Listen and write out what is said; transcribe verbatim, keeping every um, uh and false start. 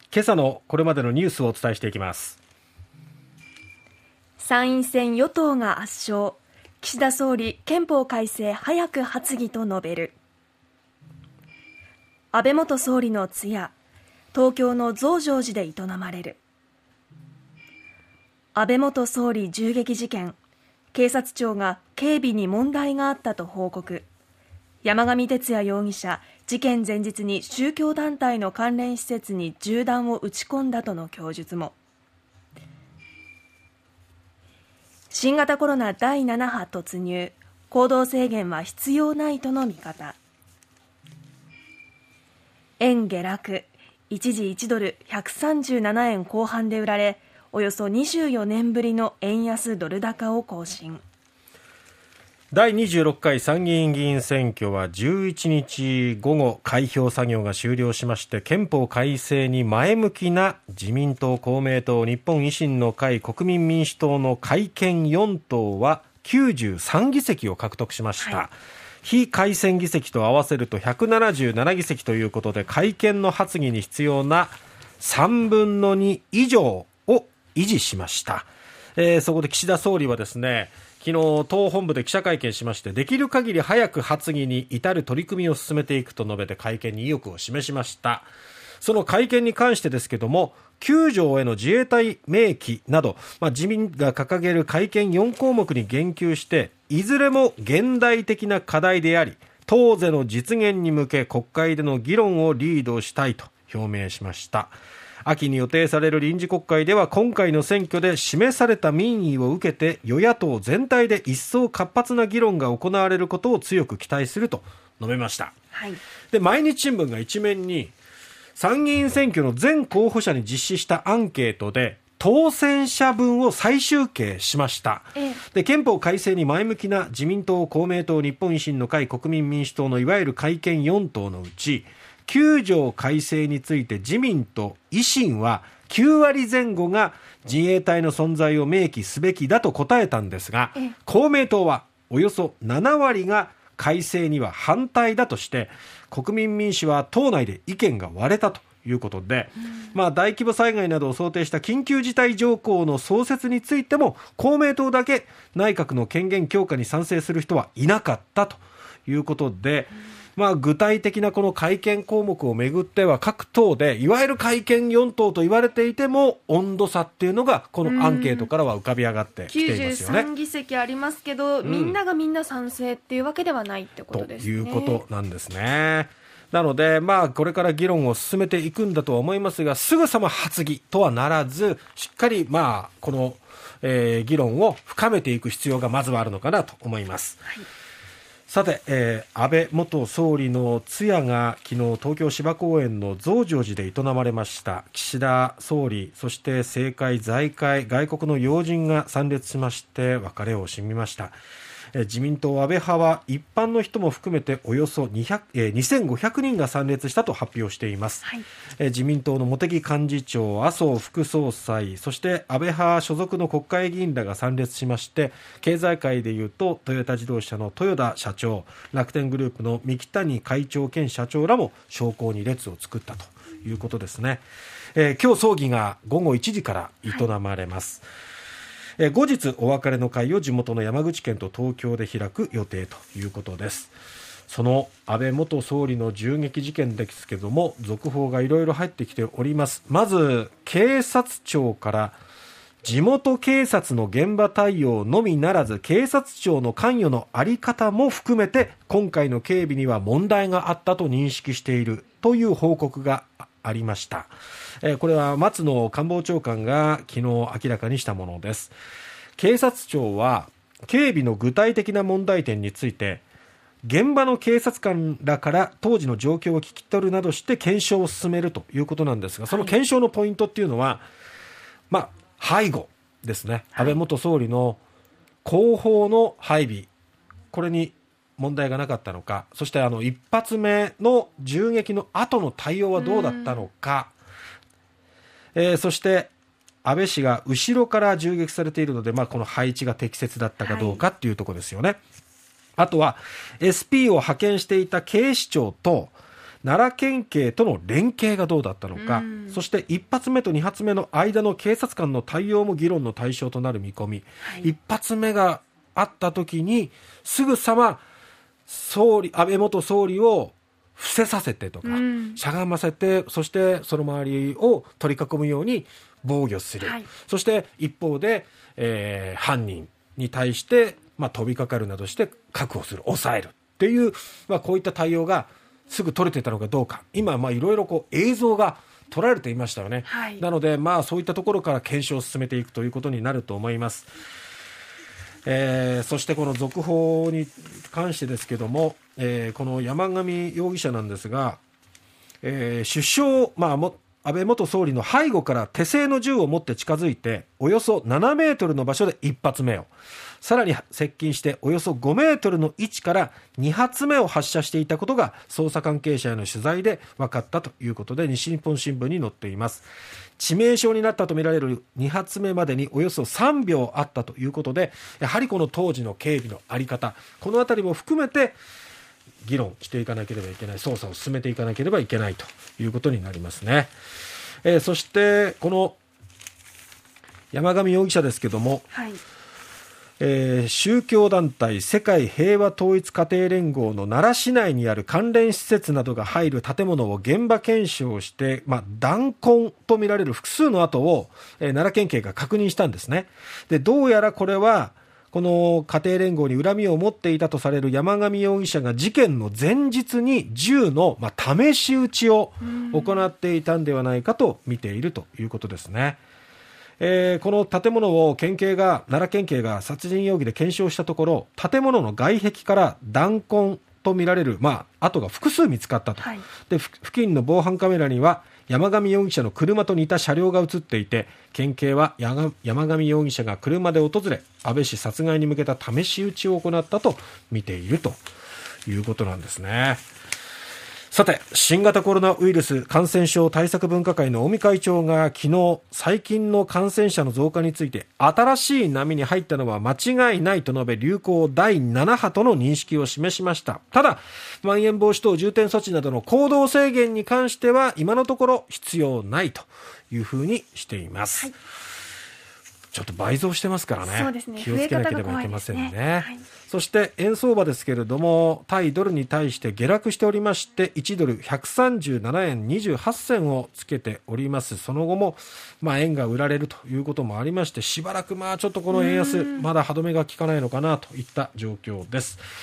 今朝のこれまでのニュースをお伝えしていきます。 参院選与党が圧勝、岸田総理憲法改正早く発議と述べる。安倍元総理の通夜、東京の増上寺で営まれる。安倍元総理銃撃事件、警察庁が警備に問題があったと報告。山上徹也容疑者、事件前日に宗教団体の関連施設に銃弾を撃ち込んだとの供述も。新型コロナだいなな波突入、行動制限は必要ないとの見方。円下落、一時いちドルひゃくさんじゅうななえんこう半で売られ、およそにじゅうよねんぶりの円安ドル高を更新。 だいにじゅうろっかい参議院議員選挙はじゅういちにち午後開票作業が終了しまして、憲法改正に前向きな自民党、公明党、日本維新の会、国民民主党の改憲よん党はきゅうじゅうさんぎせきを獲得しました、はい。非改選議席と合わせるとひゃくななじゅうななぎせきということで、改憲の発議に必要なさんぶんのに以上を維持しました。えー、そこで岸田総理はですね、昨日党本部で記者会見しまして、できる限り早く発議に至る取り組みを進めていくと述べて改憲に意欲を示しました。その改憲に関してですけども、きゅう条への自衛隊明記など、まあ、自民が掲げる改憲よんこうもくに言及して、いずれも現代的な課題であり、党是の実現に向け国会での議論をリードしたいと表明しました。秋に予定される臨時国会では、今回の選挙で示された民意を受けて与野党全体で一層活発な議論が行われることを強く期待すると述べました、はい。で、毎日新聞が一面に参議院選挙の全候補者に実施したアンケートで当選者分を再集計しました。で、憲法改正に前向きな自民党、公明党、日本維新の会、国民民主党のいわゆる改憲よん党のうち、きゅう条改正について自民と維新はきゅうわりぜん後が自衛隊の存在を明記すべきだと答えたんですが、公明党はおよそななわりが改正には反対だとして、国民民主は党内で意見が割れたということで、まあ、大規模災害などを想定した緊急事態条項の創設についても公明党だけ内閣の権限強化に賛成する人はいなかったということで、まあ、具体的なこの改憲項目をめぐっては各党でいわゆる改憲よん党と言われていても温度差っていうのがこのアンケートからは浮かび上がってきていますよね。 きゅうじゅうさんぎせきありますけど、うん、みんながみんな賛成っていうわけではないってことですね。 ということなんですね。なので、まあ、これから議論を進めていくんだとは思いますが、すぐさま発議とはならず、しっかり、まあ、この、えー、議論を深めていく必要がまずはあるのかなと思います。はい。さて、えー、安倍元総理の通夜が昨日東京芝公園の増上寺で営まれました。岸田総理、そして政界、財界、外国の要人が参列しまして別れを惜しみました。自民党安倍派は一般の人も含めておよそにひゃく、えー、にせんごひゃくにんが参列したと発表しています、はい。えー、自民党の茂木幹事長、麻生副総裁、そして安倍派所属の国会議員らが参列しまして、経済界でいうとトヨタ自動車の豊田社長、楽天グループの三木谷会長兼社長らも焼香に列を作ったということですね。えー、今日葬儀がごごいちじから営まれます、はい。後日お別れの会を地元の山口県と東京で開く予定ということです。その安倍元総理の銃撃事件ですけれども、続報がいろいろ入ってきております。まず警察庁から地元警察の現場対応のみならず警察庁の関与の在り方も含めて今回の警備には問題があったと認識しているという報告がありました。これは松野官房長官が昨日明らかにしたものです。警察庁は警備の具体的な問題点について現場の警察官らから当時の状況を聞き取るなどして検証を進めるということなんですが、その検証のポイントっていうのは、まあ、背後ですね。安倍元総理の後方の配備、これに問題がなかったのか、そしてあの一発目の銃撃の後の対応はどうだったのか、えー、そして安倍氏が後ろから銃撃されているので、まあ、この配置が適切だったかどうかっていうところですよね、はい。あとは エスピー を派遣していた警視庁と奈良県警との連携がどうだったのか、そしていち発目とに発目の間の警察官の対応も議論の対象となる見込み、はい、いち発目があった時にすぐさま総理安倍元総理を伏せさせてとか、うん、しゃがませて、そしてその周りを取り囲むように防御する、はい、そして一方で、えー、犯人に対して、まあ、飛びかかるなどして確保する、抑えるっていう、まあ、こういった対応がすぐ取れていたのかどうか、今いろいろ映像が撮られていましたよね、はい、なので、まあ、そういったところから検証を進めていくということになると思います。えー、そしてこの続報に関してですけども、えー、この山上容疑者なんですが、えー、首相、まあ、も安倍元総理の背後から手製の銃を持って近づいておよそななメートルの場所でいち発目を、さらに接近しておよそごメートルの位置からに発目を発射していたことが捜査関係者への取材で分かったということで、西日本新聞に載っています。致命傷になったとみられるに発目までにおよそさんびょうあったということで、やはりこの当時の警備の在り方、このあたりも含めて議論していかなければいけない、捜査を進めていかなければいけないということになりますね。えー、そしてこの山上容疑者ですけども、はい、えー、宗教団体世界平和統一家庭連合の奈良市内にある関連施設などが入る建物を現場検証して、まあ、弾痕とみられる複数の跡を、えー、奈良県警が確認したんですね。で、どうやらこれはこの家庭連合に恨みを持っていたとされる山上容疑者が事件の前日に銃の、まあ、試し撃ちを行っていたんではないかと見ているということですね。えー、この建物を県警が奈良県警が殺人容疑で検証したところ、建物の外壁から弾痕とみられる、まあ、跡が複数見つかったと、はい、で付近の防犯カメラには山上容疑者の車と似た車両が映っていて、県警は山上容疑者が車で訪れ安倍氏殺害に向けた試し撃ちを行ったと見ているということなんですね。さて、新型コロナウイルス感染症対策分科会の尾身会長が昨日、最近の感染者の増加について新しい波に入ったのは間違いないと述べ、流行だいなな波との認識を示しました。ただ、まん延防止等重点措置などの行動制限に関しては今のところ必要ないというふうにしています、はい、ちょっと倍増してますからね。 そうですね、 気をつけなければいけませんね。 ね、はい、 そして円相場ですけれども、対ドルに対して下落しておりまして、いちドルひゃくさんじゅうななえんにじゅうはち銭をつけております。その後も、まあ、円が売られるということもありまして、しばらくまあちょっとこの円安まだ歯止めが効かないのかなといった状況です。